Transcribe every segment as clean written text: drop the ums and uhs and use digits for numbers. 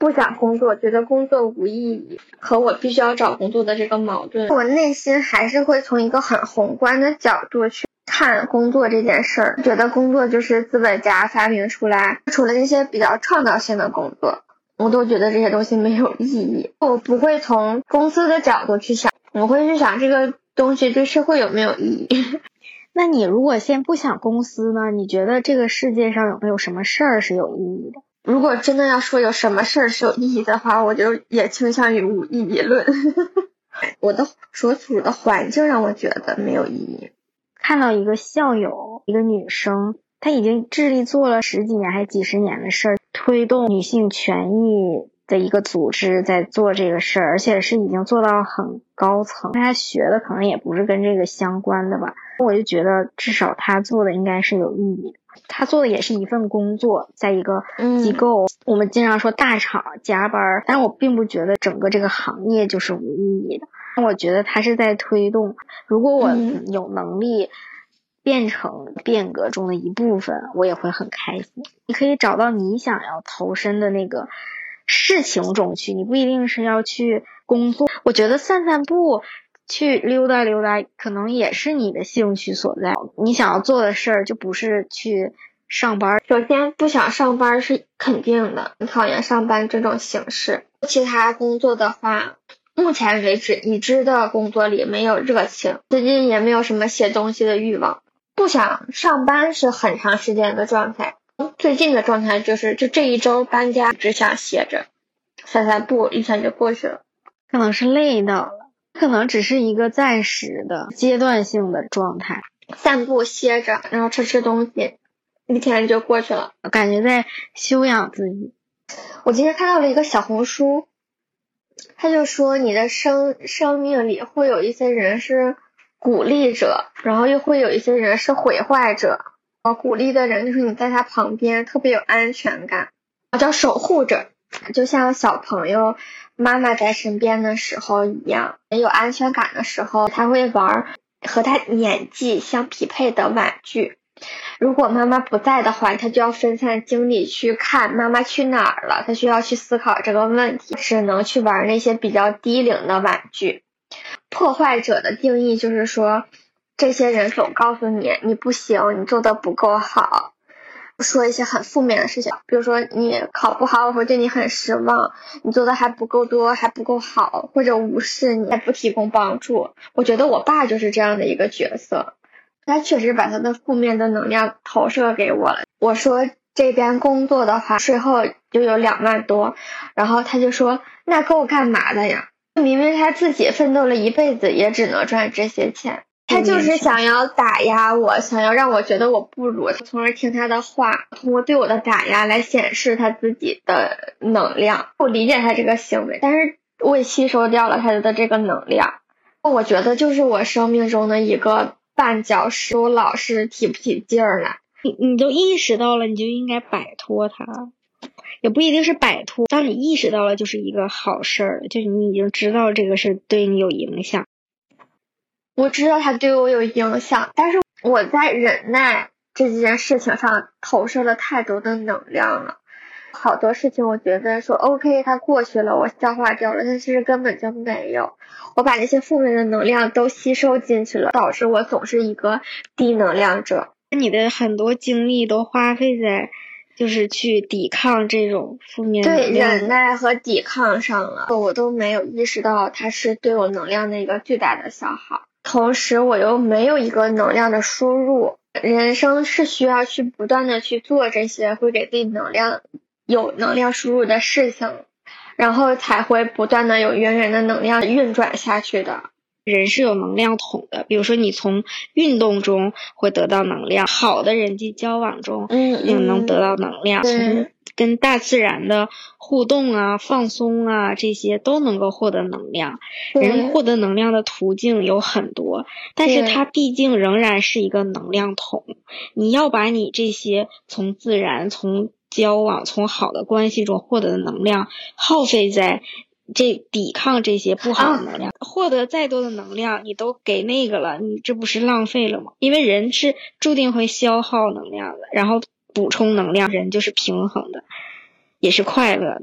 不想工作，觉得工作无意义，和我必须要找工作的这个矛盾，我内心还是会从一个很宏观的角度去看工作这件事儿，觉得工作就是资本家发明出来，除了这些比较创造性的工作，我都觉得这些东西没有意义。我不会从公司的角度去想，我会去想这个东西对社会有没有意义。 那你如果先不想公司呢，你觉得这个世界上有没有什么事儿是有意义的？ 如果真的要说有什么事儿是有意义的话，我就也倾向于无意义论。我的所处的环境让我觉得没有意义。 看到一个校友，一个女生，她已经致力做了10几年还几十年的事儿，推动女性权益的一个组织在做这个事儿，而且是已经做到很高层。她学的可能也不是跟这个相关的吧，我就觉得至少她做的应该是有意义的。她做的也是一份工作，在一个机构，我们经常说大厂加班，但我并不觉得整个这个行业就是无意义的。我觉得它是在推动，如果我有能力变成变革中的一部分，我也会很开心。你可以找到你想要投身的那个事情中去，你不一定是要去工作。我觉得散散步，去溜达溜达，可能也是你的兴趣所在。你想要做的事儿就不是去上班。 首先不想上班是肯定的，很讨厌上班这种形式。其他工作的话，目前为止已知的工作里没有热情，最近也没有什么写东西的欲望。不想上班是很长时间的状态，最近的状态就这一周搬家，只想歇着散散步，一天就过去了。 可能是累到了，可能只是一个暂时的阶段性的状态， 散步歇着，然后吃东西，一天就过去了， 感觉在修养自己。 我今天看到了一个小红书，他就说你的生命里会有一些人是鼓励者，然后又会有一些人是毁坏者。鼓励的人就是你在他旁边特别有安全感，叫守护者，就像小朋友妈妈在身边的时候一样，有安全感的时候他会玩和他年纪相匹配的玩具。如果妈妈不在的话，他就要分散精力去看妈妈去哪儿了，他需要去思考这个问题，只能去玩那些比较低龄的玩具。破坏者的定义就是说，这些人总告诉你你不行，你做的不够好，说一些很负面的事情，比如说你考不好，我会对你很失望，你做的还不够多，还不够好，或者无视你，还不提供帮助。我觉得我爸就是这样的一个角色，他确实把他的负面的能量投射给我了。我说这边工作的话税后就有2万多，然后他就说那够干嘛的呀，明明他自己奋斗了一辈子也只能赚这些钱，他就是想要打压我，想要让我觉得我不如，从而听他的话，通过对我的打压来显示他自己的能量。我理解他这个行为，但是我也吸收掉了他的这个能量。我觉得就是我生命中的一个绊脚石，我老是提不起劲儿来。 你都意识到了，你就应该摆脱它，也不一定是摆脱，当你意识到了就是一个好事儿，就是你已经知道这个是对你有影响。 我知道它对我有影响，但是我在忍耐这件事情上投射了太多的能量了。好多事情我觉得说 OK 它过去了，我消化掉了，但其实根本就没有，我把那些负面的能量都吸收进去了，导致我总是一个低能量者。 你的很多精力都花费在就是去抵抗这种负面能量， 对，忍耐和抵抗上了，我都没有意识到它是对我能量的一个巨大的消耗，同时我又没有一个能量的输入。人生是需要去不断的去做这些会给自己有能量输入的事情，然后才会不断的有源源的能量运转下去的。 人是有能量桶的，比如说你从运动中会得到能量，好的人际交往中也能得到能量，从跟大自然的互动啊、放松啊，这些都能够获得能量。人获得能量的途径有很多，但是它毕竟仍然是一个能量桶。你要把你这些从自然、从交往、从好的关系中获得的能量耗费在抵抗这些不好的能量，获得再多的能量你都给那个了，你这不是浪费了吗？因为人是注定会消耗能量的，然后补充能量，人就是平衡的，也是快乐的。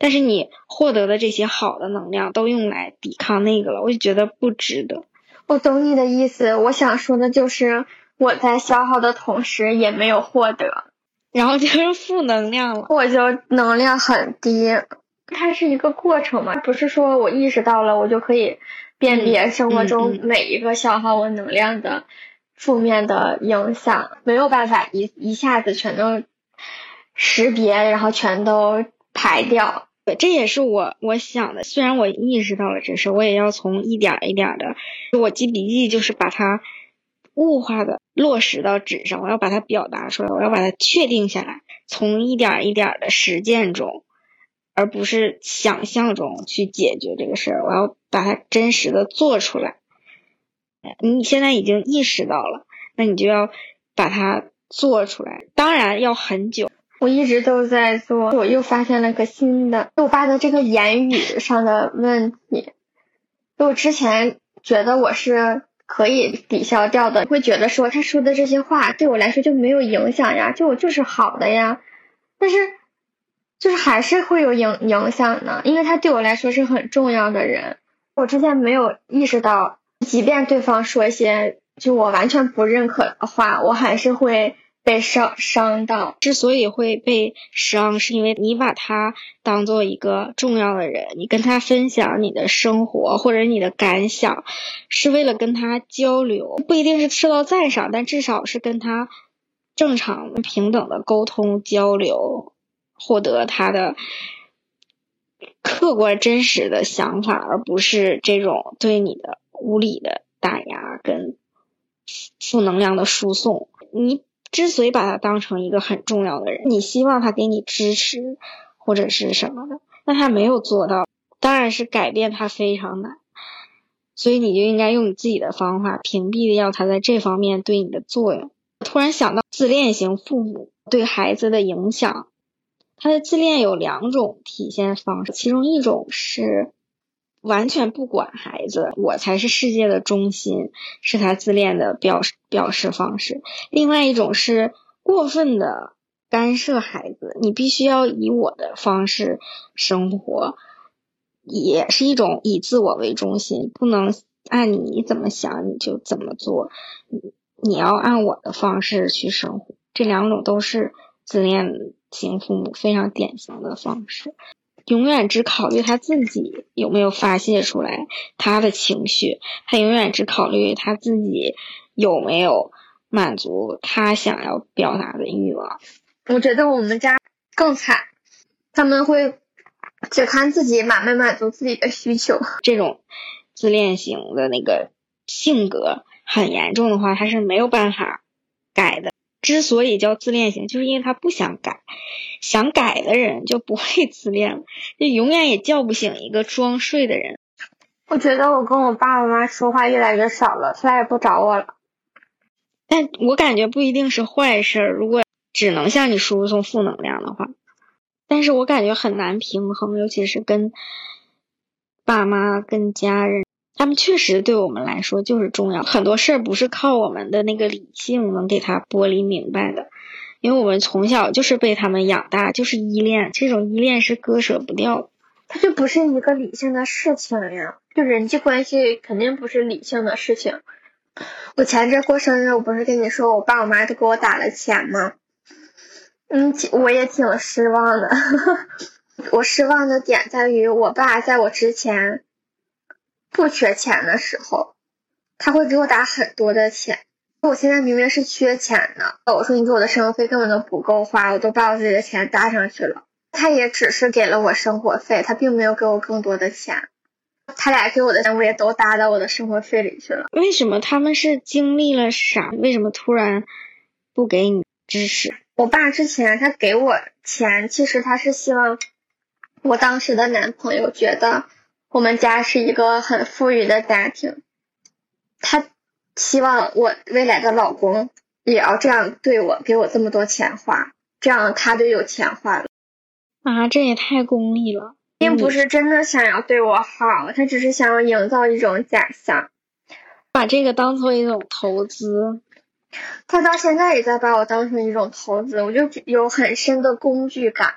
但是你获得的这些好的能量都用来抵抗那个了，我就觉得不值得。 我懂你的意思，我想说的就是我在消耗的同时也没有获得， 然后就是负能量了， 我就能量很低。它是一个过程嘛，不是说我意识到了我就可以辨别生活中每一个消耗我能量的负面的影响，没有办法一下子全都识别，然后全都排掉。 对，这也是我想的。虽然我意识到了这事，我也要从一点一点的，我记笔记就是把它物化的落实到纸上，我要把它表达出来，我要把它确定下来，从一点一点的实践中，而不是想象中去解决这个事儿，我要把它真实的做出来。你现在已经意识到了，那你就要把它做出来，当然要很久。 我一直都在做，我又发现了个新的，我爸的这个言语上的问题。我之前觉得我是可以抵消掉的，会觉得说他说的这些话对我来说就没有影响呀，就我就是好的呀，但是就是还是会有影响的，因为他对我来说是很重要的人。我之前没有意识到，即便对方说一些就我完全不认可的话，我还是会被伤到。 之所以会被伤，是因为你把他当做一个重要的人，你跟他分享你的生活或者你的感想，是为了跟他交流，不一定是受到赞赏，但至少是跟他正常平等的沟通交流，获得他的客观真实的想法，而不是这种对你的无理的打压跟负能量的输送。你之所以把他当成一个很重要的人，你希望他给你支持或者是什么的，那他没有做到，当然是改变他非常难，所以你就应该用你自己的方法屏蔽掉他在这方面对你的作用。突然想到自恋型父母对孩子的影响，他的自恋有两种体现方式，其中一种是完全不管孩子，我才是世界的中心，是他自恋的表示方式。另外一种是过分的干涉孩子，你必须要以我的方式生活，也是一种以自我为中心，不能按你怎么想你就怎么做，你要按我的方式去生活。这两种都是自恋型父母非常典型的方式，永远只考虑他自己有没有发泄出来他的情绪，他永远只考虑他自己有没有满足他想要表达的欲望。 我觉得我们家更惨，他们会只看自己满没满足自己的需求。 这种自恋型的那个性格很严重的话，他是没有办法改的。之所以叫自恋型，就是因为他不想改，想改的人就不会自恋了，就永远也叫不醒一个装睡的人。 我觉得我跟我爸爸妈妈说话越来越少了，他俩也不找我了。 但我感觉不一定是坏事，如果只能向你输送负能量的话，但是我感觉很难平衡，尤其是跟爸妈跟家人，他们确实对我们来说就是重要，很多事儿不是靠我们的那个理性能给他剥离明白的，因为我们从小就是被他们养大，就是依恋，这种依恋是割舍不掉的。 它就不是一个理性的事情呀，就人际关系肯定不是理性的事情。我前阵过生日，我不是跟你说我爸我妈都给我打了钱吗？我也挺失望的。我失望的点在于我爸在我之前不缺钱的时候，他会给我打很多的钱。我现在明明是缺钱的，我说你给我的生活费根本都不够花，我都把我自己的钱搭上去了。他也只是给了我生活费，他并没有给我更多的钱。他俩给我的钱我也都搭到我的生活费里去了。 为什么他们是经历了啥？为什么突然不给你支持？ 我爸之前他给我钱，其实他是希望我当时的男朋友觉得我们家是一个很富裕的家庭，他希望我未来的老公也要这样对我，给我这么多钱花，这样他就有钱花了。 啊，这也太功利了， 并不是真的想要对我好，他只是想要营造一种假象， 把这个当做一种投资。 他到现在也在把我当成一种投资，我就有很深的工具感。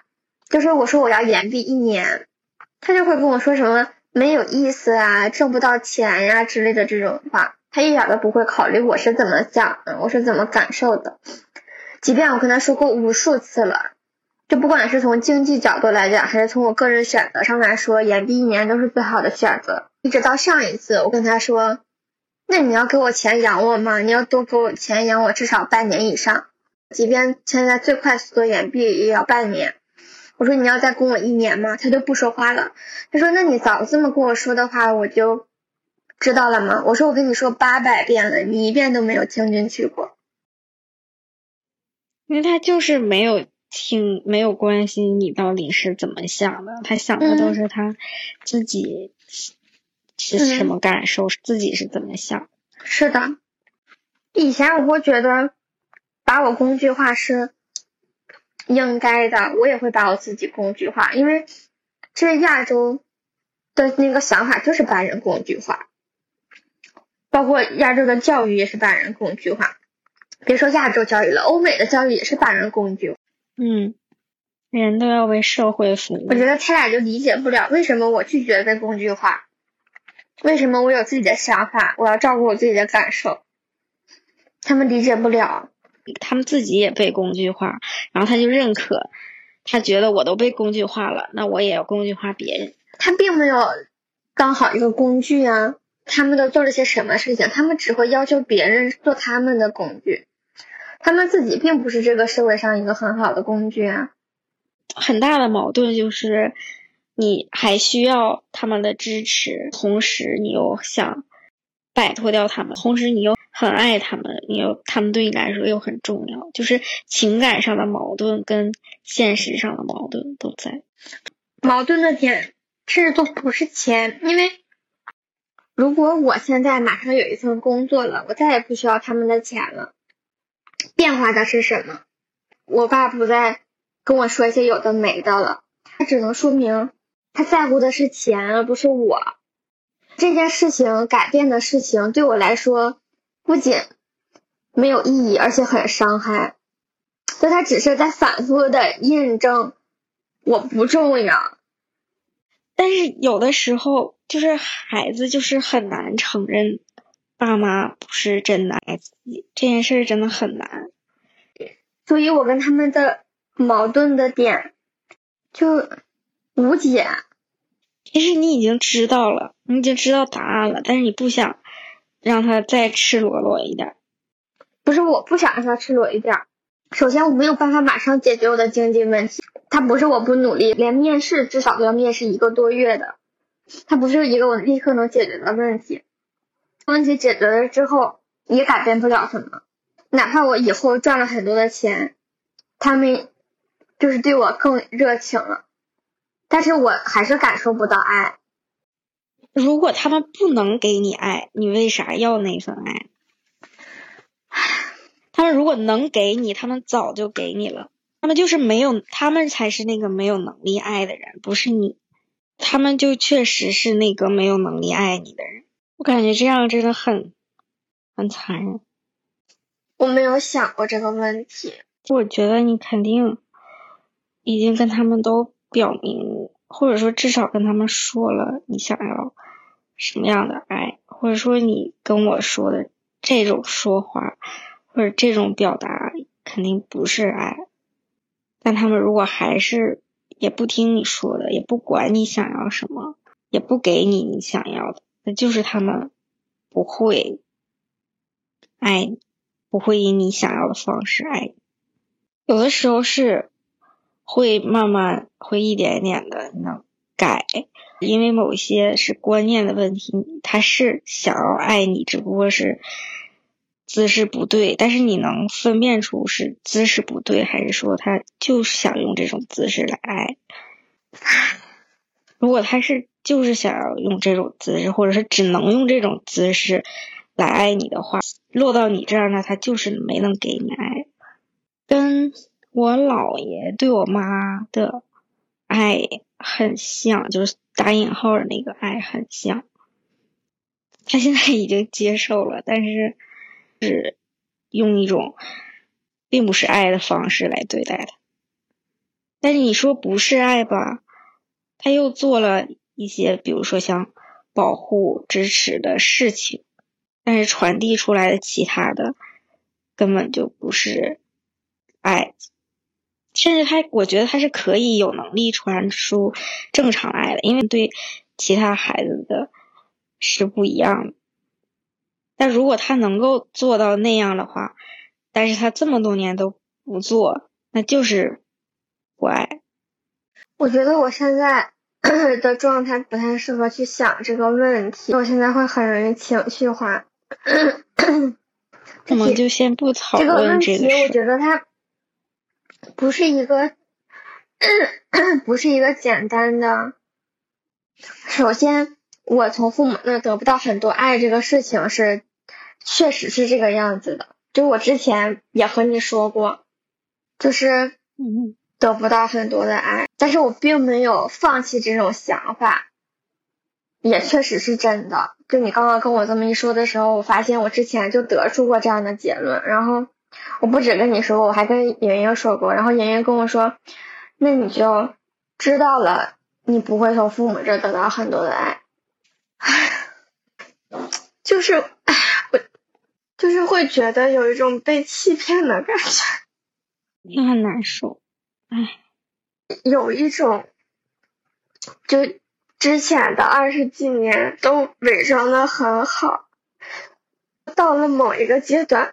就是我说我要延毕1年，他就会跟我说什么没有意思啊，挣不到钱呀之类的这种话，他一点都不会考虑我是怎么想的，我是怎么感受的。即便我跟他说过无数次了，就不管是从经济角度来讲，还是从我个人选择上来说，延毕1年都是最好的选择。一直到上一次我跟他说，那你要给我钱养我吗？你要多给我钱养我至少半年以上，即便现在最快速度延毕也要半年。我说你要再供我1年吗？他就不说话了。他说那你早这么跟我说的话，我就知道了吗？我说我跟你说800遍了，你1遍都没有听进去过。 因为他就是没有关心你到底是怎么想的，他想的都是他自己是什么感受，自己是怎么想。 是的，以前我会觉得把我工具化是应该的，我也会把我自己工具化，因为这个亚洲的那个想法就是把人工具化，包括亚洲的教育也是把人工具化，别说亚洲教育了，欧美的教育也是把人工具化。 人都要为社会服务。 我觉得他俩就理解不了为什么我拒绝被工具化，为什么我有自己的想法，我要照顾我自己的感受，他们理解不了。 他们自己也被工具化，然后他就认可，他觉得我都被工具化了，那我也要工具化别人。 他并没有当好一个工具啊，他们都做了些什么事情？他们只会要求别人做他们的工具，他们自己并不是这个社会上一个很好的工具啊。 很大的矛盾就是你还需要他们的支持，同时你又想摆脱掉他们，同时你又很爱他们，他们对你来说又很重要，就是情感上的矛盾跟现实上的矛盾都在。 矛盾的点甚至都不是钱，因为如果我现在马上有一份工作了，我再也不需要他们的钱了，变化的是什么？我爸不再跟我说一些有的没的了，他只能说明他在乎的是钱而不是我。这件事情改变的事情对我来说不仅没有意义，而且很伤害，所以他只是在反复的印证我不重要。 但是有的时候就是孩子就是很难承认爸妈不是真的爱自己，这件事真的很难。 所以我跟他们的矛盾的点就无解。 其实你已经知道了，你已经知道答案了，但是你不想让他再赤裸裸一点。 不是我不想让他赤裸一点，首先我没有办法马上解决我的经济问题，他不是我不努力，连面试至少都要面试1个多月的，他不是一个我立刻能解决的问题。问题解决了之后也改变不了什么，哪怕我以后赚了很多的钱，他们就是对我更热情了，但是我还是感受不到爱。 如果他们不能给你爱，你为啥要那份爱？他们如果能给你，他们早就给你了。他们就是没有，他们才是那个没有能力爱的人，不是你。他们就确实是那个没有能力爱你的人。我感觉这样真的很残忍。 我没有想过这个问题。 我觉得你肯定已经跟他们都表明，或者说至少跟他们说了你想要什么样的爱，或者说你跟我说的这种说话或者这种表达肯定不是爱。但他们如果还是也不听你说的，也不管你想要什么，也不给你想要的，那就是他们不会爱你，不会以你想要的方式爱你。有的时候是会慢慢会一点点的能改，因为某些是观念的问题，他是想要爱你，只不过是姿势不对，但是你能分辨出是姿势不对，还是说他就是想用这种姿势来爱。如果他是就是想要用这种姿势，或者是只能用这种姿势来爱你的话，落到你这儿呢，他就是没能给你爱。跟我姥爷对我妈的爱很像，就是打引号的那个爱很像。他现在已经接受了，但是是用一种并不是爱的方式来对待他。 但是你说不是爱吧，他又做了一些比如说像保护支持的事情，但是传递出来的其他的根本就不是爱，甚至我觉得他是可以有能力传输正常爱的，因为对其他孩子的是不一样的。但如果他能够做到那样的话，但是他这么多年都不做，那就是不爱。 我觉得我现在的状态不太适合去想这个问题，我现在会很容易情绪化。 我们就先不讨论这个问这个事。我觉得它不是一个简单的。首先，我从父母那得不到很多爱，这个事情确实是这个样子的。就我之前也和你说过，就是得不到很多的爱，但是我并没有放弃这种想法，也确实是真的。就你刚刚跟我这么一说的时候，我发现我之前就得出过这样的结论，然后我不只跟你说过，我还跟莹莹说过，然后莹莹跟我说，那你就知道了，你不会从父母这得到很多的爱。就是会觉得有一种被欺骗的感觉， 也很难受。 有一种就之前的20几年都伪装的很好，到了某一个阶段，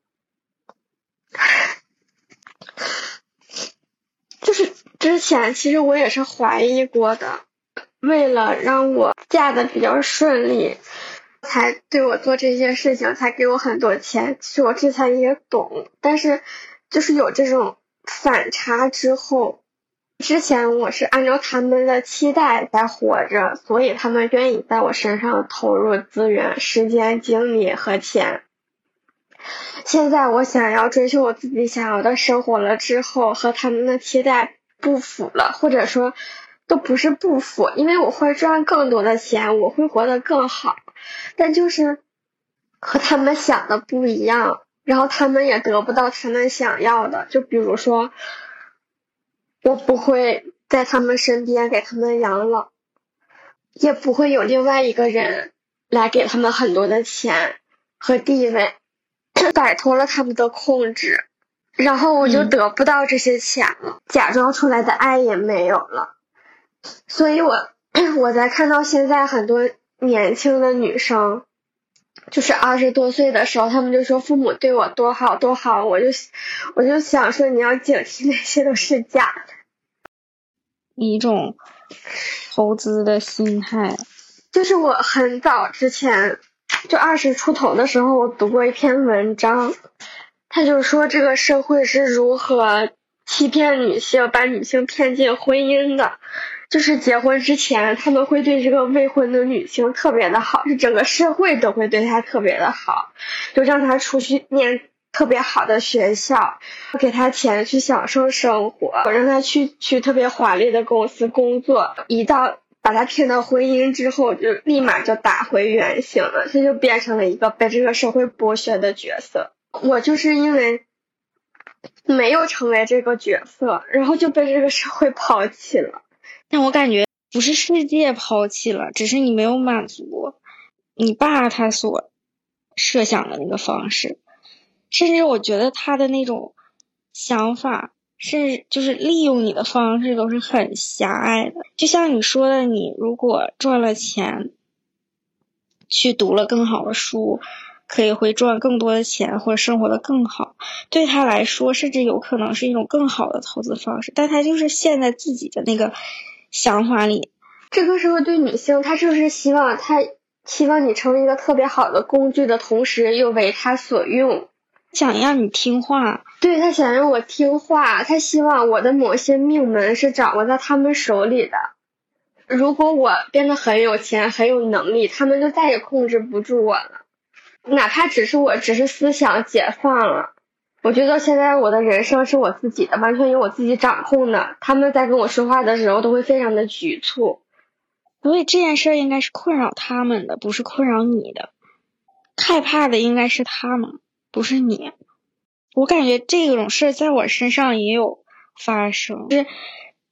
就是之前其实我也是怀疑过的，为了让我嫁的比较顺利，才对我做这些事情，才给我很多钱。其实我之前也懂，但是就是有这种反差之后，之前我是按照他们的期待在活着，所以他们愿意在我身上投入资源、时间、精力和钱。现在我想要追求我自己想要的生活了之后，和他们的期待不符了，或者说都不是不符，因为我会赚更多的钱，我会活得更好，但就是和他们想的不一样，然后他们也得不到他们想要的。就比如说，我不会在他们身边给他们养老，也不会有另外一个人来给他们很多的钱和地位，摆脱了他们的控制，然后我就得不到这些钱了，假装出来的爱也没有了。所以我在看到现在很多年轻的女生，就是20多岁的时候，他们就说父母对我多好多好，我就想说，你要警惕，那些都是假的， 一种投资的心态。 就是我很早之前就20出头的时候，我读过一篇文章，他就说这个社会是如何欺骗女性，把女性骗进婚姻的。就是结婚之前，他们会对这个未婚的女性特别的好，是整个社会都会对她特别的好，就让她出去念特别好的学校，给她钱去享受生活，让她去特别华丽的公司工作，一到把她骗到婚姻之后，就立马就打回原形了，她就变成了一个被这个社会剥削的角色。我就是因为没有成为这个角色，然后就被这个社会抛弃了。 但我感觉不是世界抛弃了，只是你没有满足你爸他所设想的那个方式，甚至我觉得他的那种想法，甚至就是利用你的方式都是很狭隘的。就像你说的，你如果赚了钱，去读了更好的书，可以会赚更多的钱，或者生活的更好，对他来说甚至有可能是一种更好的投资方式，但他就是陷在自己的那个想法里。 这个时候对女性，他就是希望你成为一个特别好的工具的同时又为他所用， 想让你听话。 对，他想让我听话，他希望我的某些命门是掌握在他们手里的。如果我变得很有钱很有能力，他们就再也控制不住我了，哪怕只是思想解放了，我觉得现在我的人生是我自己的，完全由我自己掌控的，他们在跟我说话的时候都会非常的局促。 所以这件事应该是困扰他们的，不是困扰你的。害怕的应该是他们，不是你。我感觉这种事在我身上也有发生，就是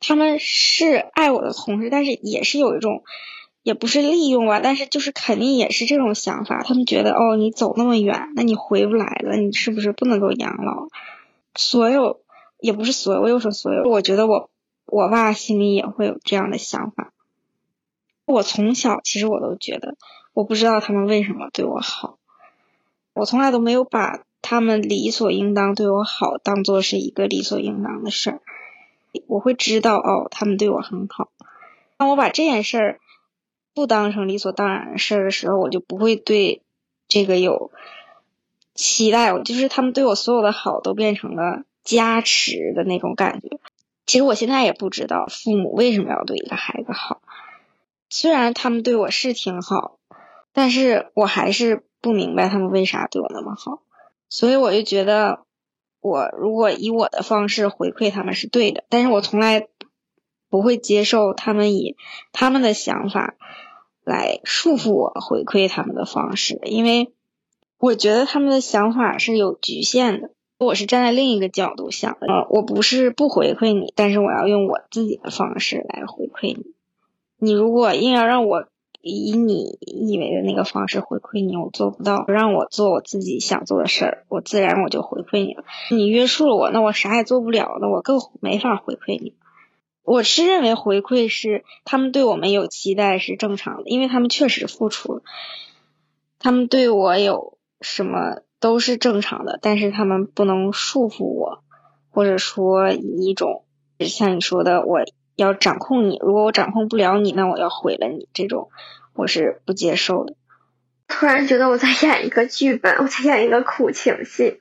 他们是爱我的同时，但是也是有一种，也不是利用吧，但是就是肯定也是这种想法。他们觉得哦，你走那么远，那你回不来了，你是不是不能够养老？所有也不是所有，我又说所有，我觉得我爸心里也会有这样的想法。我从小其实我都觉得，我不知道他们为什么对我好，我从来都没有把他们理所应当对我好当做是一个理所应当的事儿。我会知道哦，他们对我很好。当我把这件事儿不当成理所当然的事儿的时候，我就不会对这个有期待。我就是他们对我所有的好都变成了加持的那种感觉。其实我现在也不知道父母为什么要对一个孩子好，虽然他们对我是挺好，但是我还是不明白他们为啥对我那么好。所以我就觉得我如果以我的方式回馈他们是对的，但是我从来不会接受他们以他们的想法来束缚我回馈他们的方式，因为我觉得他们的想法是有局限的。我是站在另一个角度想的，我不是不回馈你，但是我要用我自己的方式来回馈你。你如果硬要让我以你以为的那个方式回馈你，我做不到。让我做我自己想做的事儿，我自然我就回馈你了。你约束了我，那我啥也做不了，那我更没法回馈你。我是认为回馈是他们对我们有期待是正常的，因为他们确实付出了，他们对我有什么都是正常的，但是他们不能束缚我，或者说以一种像你说的我要掌控你，如果我掌控不了你，那我要毁了你，这种我是不接受的。 突然觉得我在演一个剧本，我在演一个苦情戏。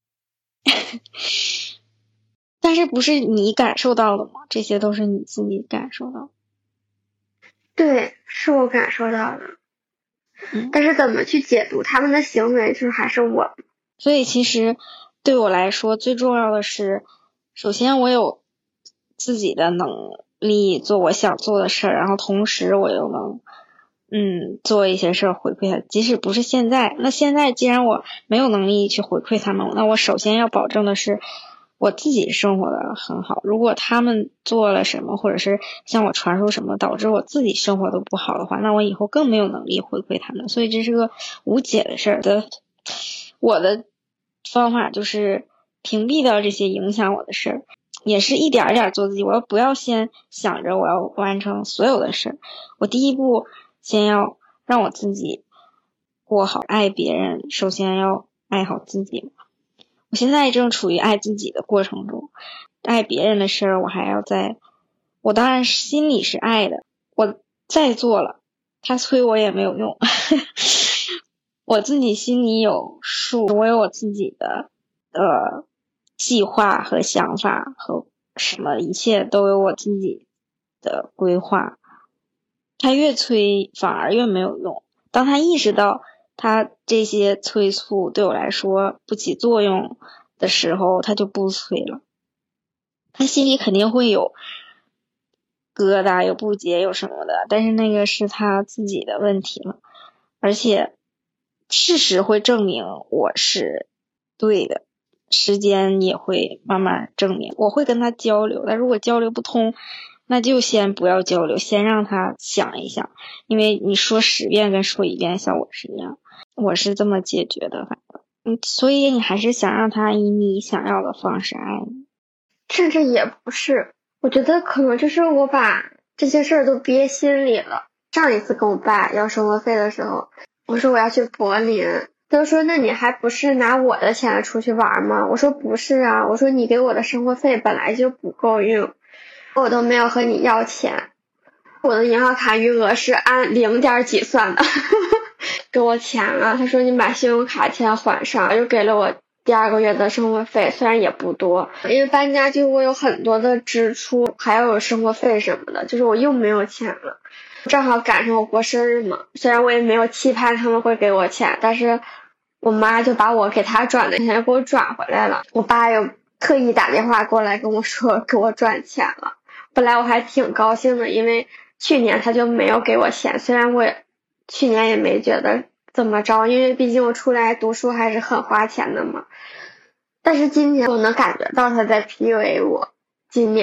但是不是你感受到了吗？这些都是你自己感受到的。 对，是我感受到的。但是怎么去解读他们的行为，就是还是我。 所以其实对我来说最重要的是，首先我有自己的能力做我想做的事儿，然后同时我又能做一些事儿回馈他，即使不是现在，那现在既然我没有能力去回馈他们，那我首先要保证的是我自己生活的很好。如果他们做了什么，或者是向我传输什么导致我自己生活都不好的话，那我以后更没有能力回馈他们。所以这是个无解的事儿的。我的方法就是屏蔽掉这些影响我的事儿，也是一点一点做自己。我不要先想着我要完成所有的事儿，我第一步先要让我自己过好。爱别人首先要爱好自己。我现在正处于爱自己的过程中，爱别人的事儿我当然心里是爱的，我再做了他催我也没有用我自己心里有数，我有我自己的计划和想法和什么，一切都有我自己的规划。他越催反而越没有用，当他意识到他这些催促对我来说不起作用的时候，他就不催了。他心里肯定会有疙瘩有不解有什么的，但是那个是他自己的问题了。而且事实会证明我是对的，时间也会慢慢证明。我会跟他交流，但如果交流不通，那就先不要交流，先让他想一想，因为你说10遍跟说1遍效果是一样。我是这么解决的，反正所以你还是想让他以你想要的方式爱你。 甚至也不是，我觉得可能就是我把这些事儿都憋心里了。上一次跟我爸要生活费的时候，我说我要去柏林，他就说那你还不是拿我的钱出去玩吗？我说不是啊，我说你给我的生活费本来就不够用，我都没有和你要钱，我的银行卡余额是按0点几算的给我钱了。他说你把信用卡钱还上，又给了我第2个月的生活费，虽然也不多，因为搬家就我有很多的支出，还要有生活费什么的，就是我又没有钱了。正好赶上我过生日嘛，虽然我也没有期盼他们会给我钱，但是我妈就把我给他转的钱给我转回来了。我爸又特意打电话过来跟我说给我转钱了，本来我还挺高兴的，因为去年他就没有给我钱，虽然我去年也没觉得怎么着，因为毕竟我出来读书还是很花钱的嘛。但是今年我能感觉到他在 PUA 我，今年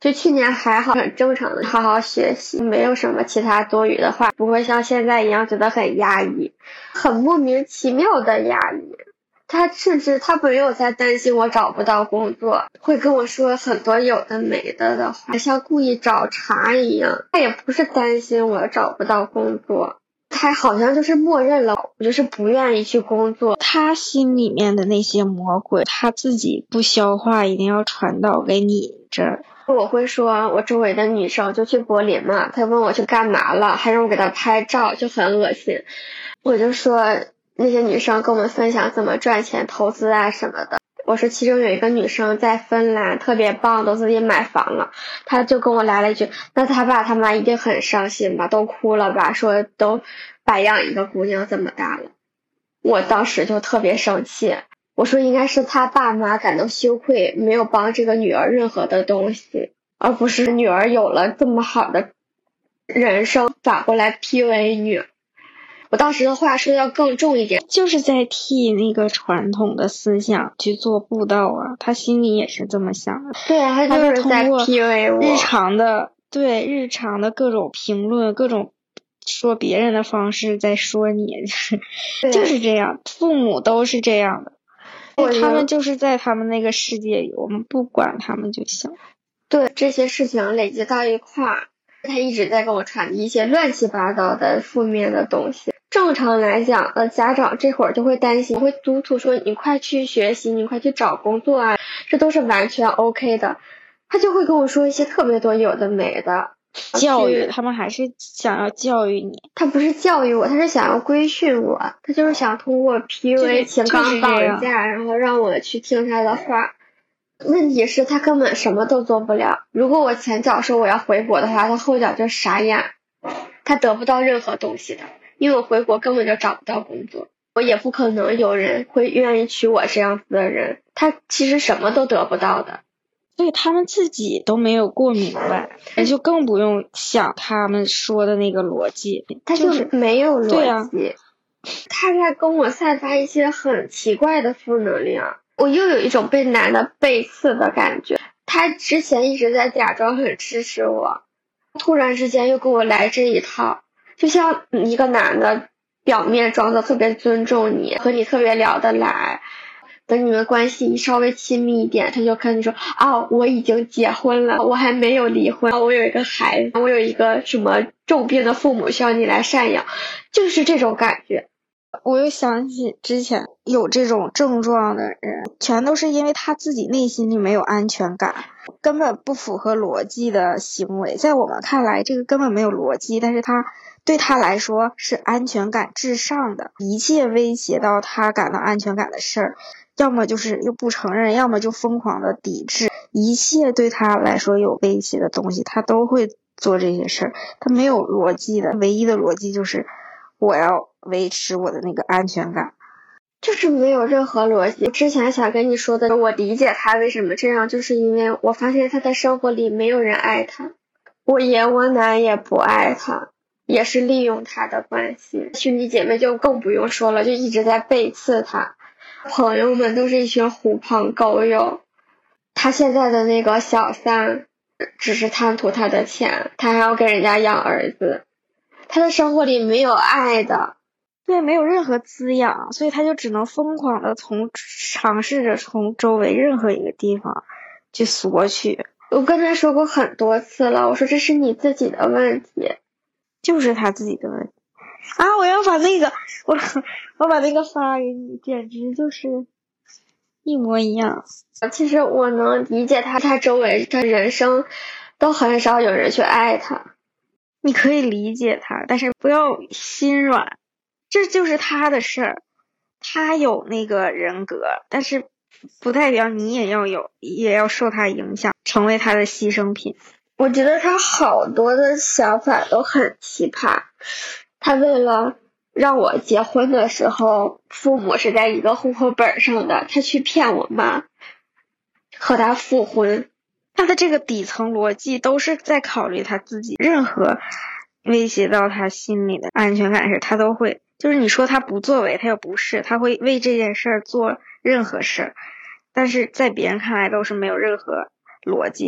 就去年还好，很正常的好好学习，没有什么其他多余的话，不会像现在一样觉得很压抑，很莫名其妙的压抑。他甚至他没有在担心我找不到工作，会跟我说很多有的没的话，像故意找茬一样。他也不是担心我找不到工作，他好像就是默认了我就是不愿意去工作。 他心里面的那些魔鬼，他自己不消化，一定要传导给你这儿。 我会说我周围的女生就去柏林嘛，她问我去干嘛了，还让我给她拍照，就很恶心。我就说那些女生跟我们分享怎么赚钱投资啊什么的。我说其中有一个女生在芬兰特别棒，都自己买房了，她就跟我来了一句，那她爸他妈一定很伤心吧，都哭了吧，说都白养一个姑娘这么大了。我当时就特别生气，我说应该是他爸妈感到羞愧，没有帮这个女儿任何的东西，而不是女儿有了这么好的人生反过来 PUA 女儿。我当时的话说要更重一点， 就是在替那个传统的思想去做布道啊，他心里也是这么想的。 对啊，他就是在 PUA 我。 日常的各种评论，各种说别人的方式在说你，就是这样，父母都是这样的，他们就是在他们那个世界里，我们不管他们就行。 对，这些事情累积到一块儿，他一直在跟我传递一些乱七八糟的负面的东西。正常来讲家长这会儿就会担心，会督促说你快去学习，你快去找工作啊，这都是完全 OK 的。他就会跟我说一些特别多有的没的教育，他们还是想要教育你。 他不是教育我，他是想要规训我，他就是想通过 PUA 情感绑架，然后让我去听他的话。问题是他根本什么都做不了。如果我前脚说我要回国的话，他后脚就傻眼，他得不到任何东西的，因为我回国根本就找不到工作，我也不可能有人会愿意娶我这样子的人，他其实什么都得不到的。 所以他们自己都没有过明白，就更不用想他们说的那个逻辑， 他就没有逻辑。 对啊， 他在跟我散发一些很奇怪的负能量，我又有一种被男的背刺的感觉。他之前一直在假装很支持我，突然之间又给我来这一套，就像一个男的表面装的特别尊重你，和你特别聊得来，等你们关系一稍微亲密一点，他就跟你说啊，我已经结婚了，我还没有离婚，我有一个孩子，我有一个什么重病的父母需要你来赡养，就是这种感觉。 我又想起之前有这种症状的人，全都是因为他自己内心里没有安全感，根本不符合逻辑的行为。在我们看来，这个根本没有逻辑，但是对他来说是安全感至上的。一切威胁到他感到安全感的事儿，要么就是又不承认，要么就疯狂的抵制。一切对他来说有威胁的东西，他都会做这些事儿。他没有逻辑的，唯一的逻辑就是我要维持我的那个安全感， 就是没有任何逻辑。之前想跟你说的，我理解他为什么这样，就是因为我发现他的生活里没有人爱他，我爷我奶也不爱他，也是利用他的关系。兄弟姐妹就更不用说了，就一直在背刺他，朋友们都是一群狐朋狗友。他现在的那个小三只是贪图他的钱，他还要给人家养儿子，他的生活里没有爱的， 对，没有任何滋养，所以他就只能疯狂的尝试着从周围任何一个地方去索取。 我跟他说过很多次了，我说这是你自己的问题， 就是他自己的问题啊！我要把那个我把那个发给你，简直就是一模一样。 其实我能理解他周围他人生都很少有人去爱他， 你可以理解他，但是不要心软，这就是他的事儿，他有那个人格，但是不代表你也要受他影响，成为他的牺牲品。 我觉得他好多的想法都很奇葩。他为了让我结婚的时候，父母是在一个户口本上的，他去骗我妈和他复婚。 他的这个底层逻辑都是在考虑他自己，任何威胁到他心里的安全感的事他都会，就是你说他不作为，他又不是，他会为这件事做任何事，但是在别人看来都是没有任何逻辑的。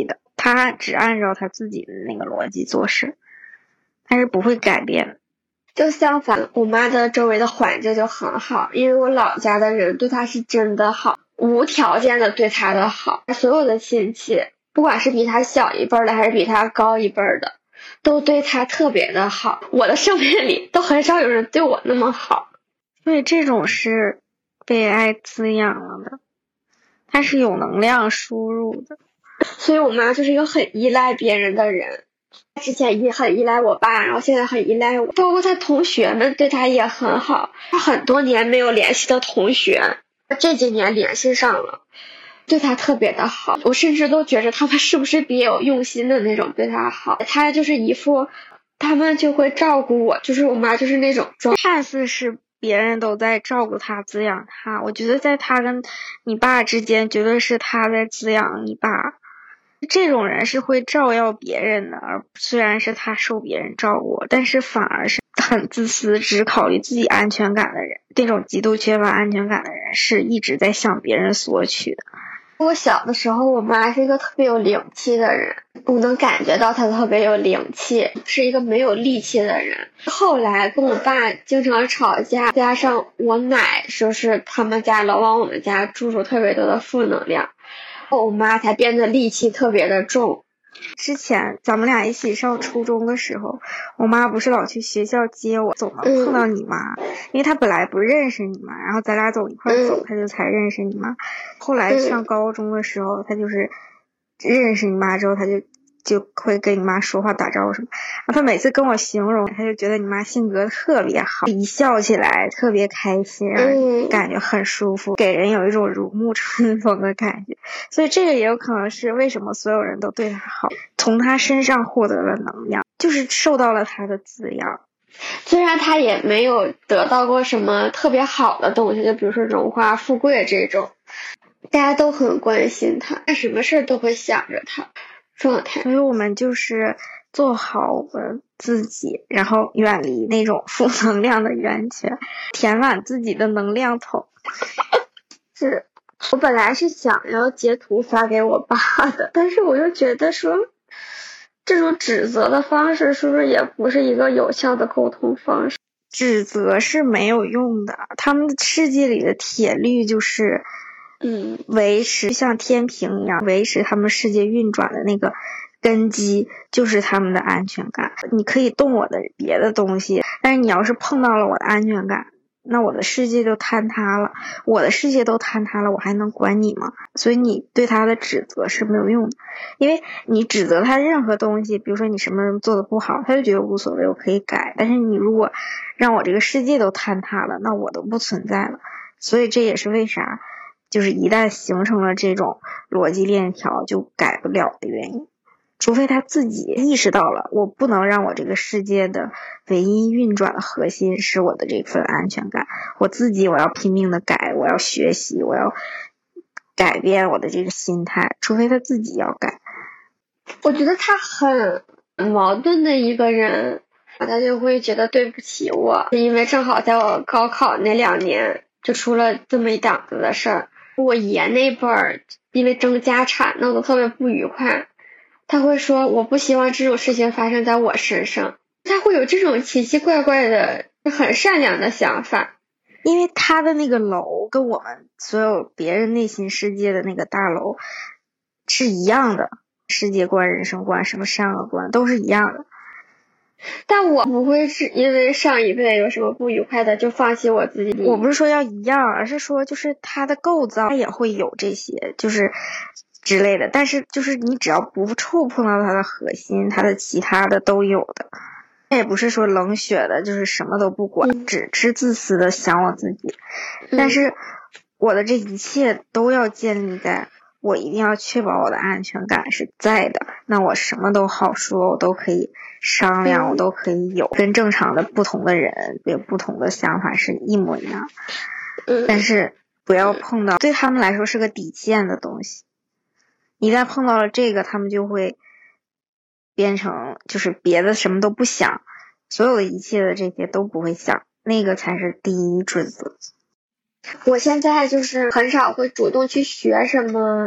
他只按照他自己的那个逻辑做事，他是不会改变的。 就相反，我妈的周围的环境就很好，因为我老家的人对她是真的好，无条件的对她的好，所有的亲戚，不管是比她小一辈的还是比她高一辈的，都对她特别的好。我的生命里都很少有人对我那么好。 所以这种是被爱滋养了的，它是有能量输入的。 所以我妈就是一个很依赖别人的人，之前也很依赖我爸，然后现在很依赖我，包括他同学们对他也很好，他很多年没有联系的同学这几年联系上了，对他特别的好，我甚至都觉得他们是不是别有用心的那种对他好。他就是一副他们就会照顾我，就是我妈就是那种看似是别人都在照顾他滋养他，我觉得在他跟你爸之间绝对是他在滋养你爸。这种人是会照耀别人的，而虽然是他受别人照顾，但是反而是很自私，只考虑自己安全感的人。这种极度缺乏安全感的人是一直在向别人索取的。 我小的时候，我妈是一个特别有灵气的人，我能感觉到她特别有灵气，是一个没有力气的人。后来跟我爸经常吵架，加上我奶就是他们家老往我们家注入特别多的负能量，我妈才变得戾气特别的重。 之前咱们俩一起上初中的时候，我妈不是老去学校接我，总能碰到你妈，因为她本来不认识你妈，然后咱俩走一块走，她就才认识你妈。后来上高中的时候，她就是认识你妈之后，她就会跟你妈说话打招呼什么。然后她每次跟我形容，她就觉得你妈性格特别好，一笑起来特别开心，让人感觉很舒服，给人有一种如沐春风的感觉。所以这个也有可能是为什么所有人都对她好，从她身上获得了能量，就是受到了她的滋养。 虽然她也没有得到过什么特别好的东西，就比如说荣华富贵这种，大家都很关心她，干什么事都会想着她状态。 所以我们就是做好我们自己，然后远离那种负能量的源泉，填满自己的能量桶。 是我本来是想要截图发给我爸的，但是我又觉得说这种指责的方式是不是也不是一个有效的沟通方式？ 指责是没有用的，他们世界里的铁律就是维持像天平一样维持他们世界运转的那个根基，就是他们的安全感。你可以动我的别的东西，但是你要是碰到了我的安全感，那我的世界就坍塌了。我的世界都坍塌了，我还能管你吗？所以你对他的指责是没有用的，因为你指责他任何东西，比如说你什么做的不好，他就觉得无所谓，我可以改。但是你如果让我这个世界都坍塌了，那我都不存在了。所以这也是为啥就是一旦形成了这种逻辑链条就改不了的原因。除非他自己意识到了，我不能让我这个世界的唯一运转的核心是我的这份安全感，我要拼命的改，我要学习，我要改变我的这个心态，除非他自己要改。 我觉得他很矛盾的一个人，他就会觉得对不起我，因为正好在我高考那2年就出了这么一档子的事儿。我爷那辈儿因为争家产闹得特别不愉快，他会说我不希望这种事情发生在我身上，他会有这种奇奇怪怪的很善良的想法。 因为他的那个楼跟我们所有别人内心世界的那个大楼是一样的，世界观、人生观、什么善恶观都是一样的。 但我不会是因为上一辈有什么不愉快的就放弃我自己。 我不是说要一样，而是说就是它的构造它也会有这些就是之类的，但是就是你只要不触碰到它的核心，它的其他的都有的。也不是说冷血的就是什么都不管，只是自私的想我自己。但是我的这一切都要建立在我一定要确保我的安全感是在的，那我什么都好说，我都可以商量，我都可以有跟正常的不同的人有不同的想法是一模一样。但是不要碰到对他们来说是个底线的东西，一旦碰到了这个，他们就会变成就是别的什么都不想，所有的一切的这些都不会想，那个才是第一准则。 我现在就是很少会主动去学什么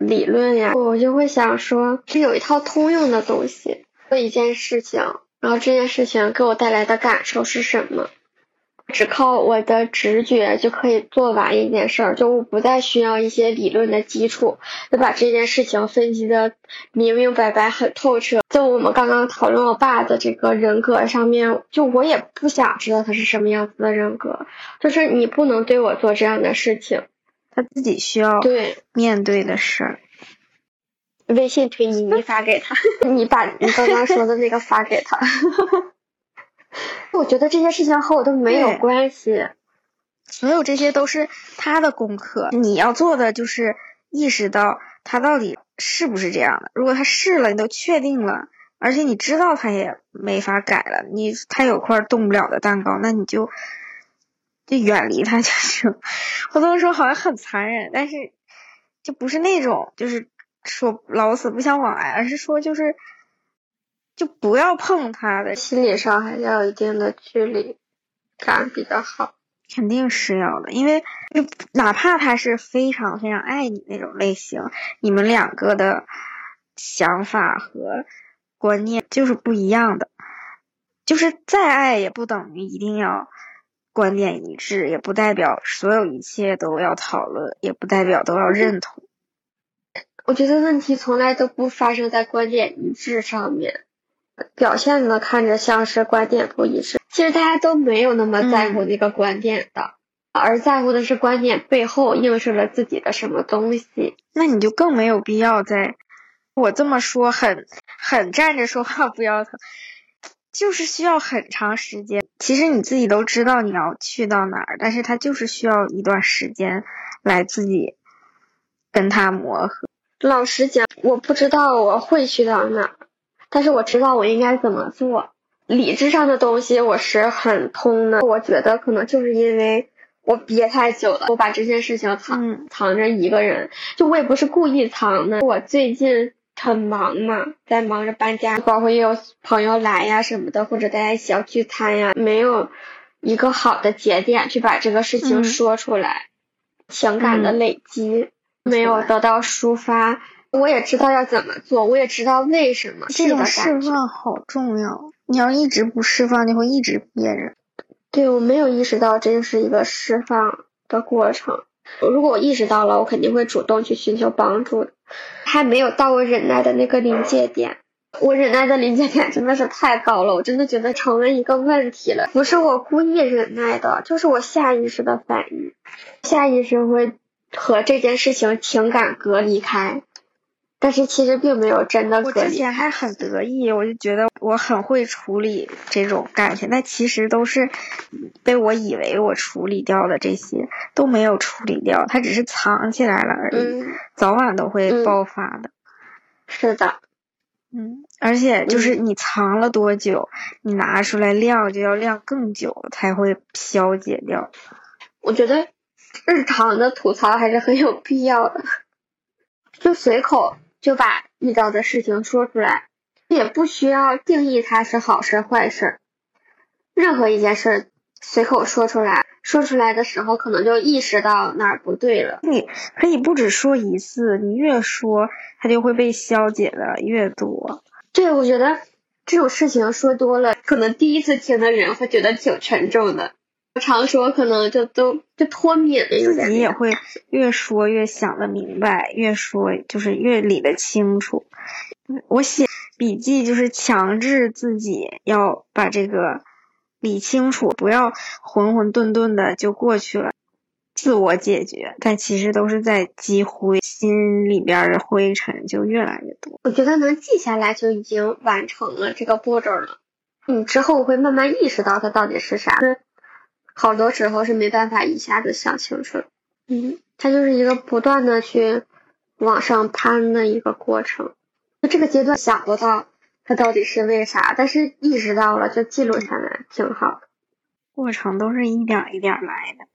理论呀，我就会想说是有一套通用的东西，做一件事情，然后这件事情给我带来的感受是什么，只靠我的直觉就可以做完一件事儿，就我不再需要一些理论的基础，就把这件事情分析的明明白白很透彻。就我们刚刚讨论我爸的这个人格上面，就我也不想知道他是什么样子的人格，就是你不能对我做这样的事情， 他自己需要面对的事儿。 微信推你发给他，你把你刚刚说的那个发给他。我觉得这些事情和我都没有关系， 所有这些都是他的功课，你要做的就是意识到他到底是不是这样的。如果他是了，你都确定了，而且你知道他也没法改了，他有块动不了的蛋糕，那你就远离他就行。我都说好像很残忍，但是就不是那种就是说老死不相往来，而是说就不要碰他的， 心理上还是要有一定的距离感比较好。 肯定是要的，因为哪怕他是非常非常爱你那种类型，你们两个的想法和观念就是不一样的，就是再爱也不等于一定要观点一致，也不代表所有一切都要讨论，也不代表都要认同。 我觉得问题从来都不发生在观点一致上面，表现的看着像是观点不一致，其实大家都没有那么在乎那个观点的，而在乎的是观点背后映射了自己的什么东西。 那你就更没有必要我这么说很站着说话不腰疼，就是需要很长时间。其实你自己都知道你要去到哪儿，但是他就是需要一段时间来自己跟他磨合。 老实讲，我不知道我会去到哪儿，但是我知道我应该怎么做。理智上的东西我是很通的，我觉得可能就是因为我憋太久了，我把这件事情藏着一个人，就我也不是故意藏的。我最近很忙嘛，在忙着搬家，包括也有朋友来呀什么的，或者大家一起要聚餐呀，没有一个好的节点去把这个事情说出来，情感的累积没有得到抒发。我也知道要怎么做，我也知道为什么。 这种释放好重要，你要一直不释放，你会一直憋着。 对，我没有意识到这是一个释放的过程。如果我意识到了，我肯定会主动去寻求帮助的。还没有到我忍耐的那个临界点，我忍耐的临界点真的是太高了，我真的觉得成为一个问题了。不是我故意忍耐的，就是我下意识的反应，下意识会和这件事情情感隔离开。但是其实并没有真的隔离。 我之前还很得意，我就觉得我很会处理这种感情，但其实都是被我以为我处理掉的，这些都没有处理掉，它只是藏起来了而已，早晚都会爆发的。 是的。 而且就是你藏了多久，你拿出来晾就要晾更久才会消解掉。 我觉得日常的吐槽还是很有必要的，就随口就把遇到的事情说出来，也不需要定义它是好事坏事。任何一件事随口说出来，说出来的时候可能就意识到哪儿不对了。 你可以不止说一次，你越说它就会被消解的越多。 对，我觉得这种事情说多了，可能第一次听的人会觉得挺沉重的，常说可能就脱敏了， 自己也会越说越想得明白，越说就是越理得清楚。我写笔记就是强制自己要把这个理清楚，不要浑浑沌沌的就过去了，自我解决，但其实都是在积灰，心里边的灰尘就越来越多。 我觉得能记下来就已经完成了这个步骤了，你之后会慢慢意识到它到底是啥，好多时候是没办法一下子想清楚。它就是一个不断的去往上攀的一个过程。这个阶段想不到它到底是为啥，但是意识到了就记录下来挺好的。 过程都是一点一点来的。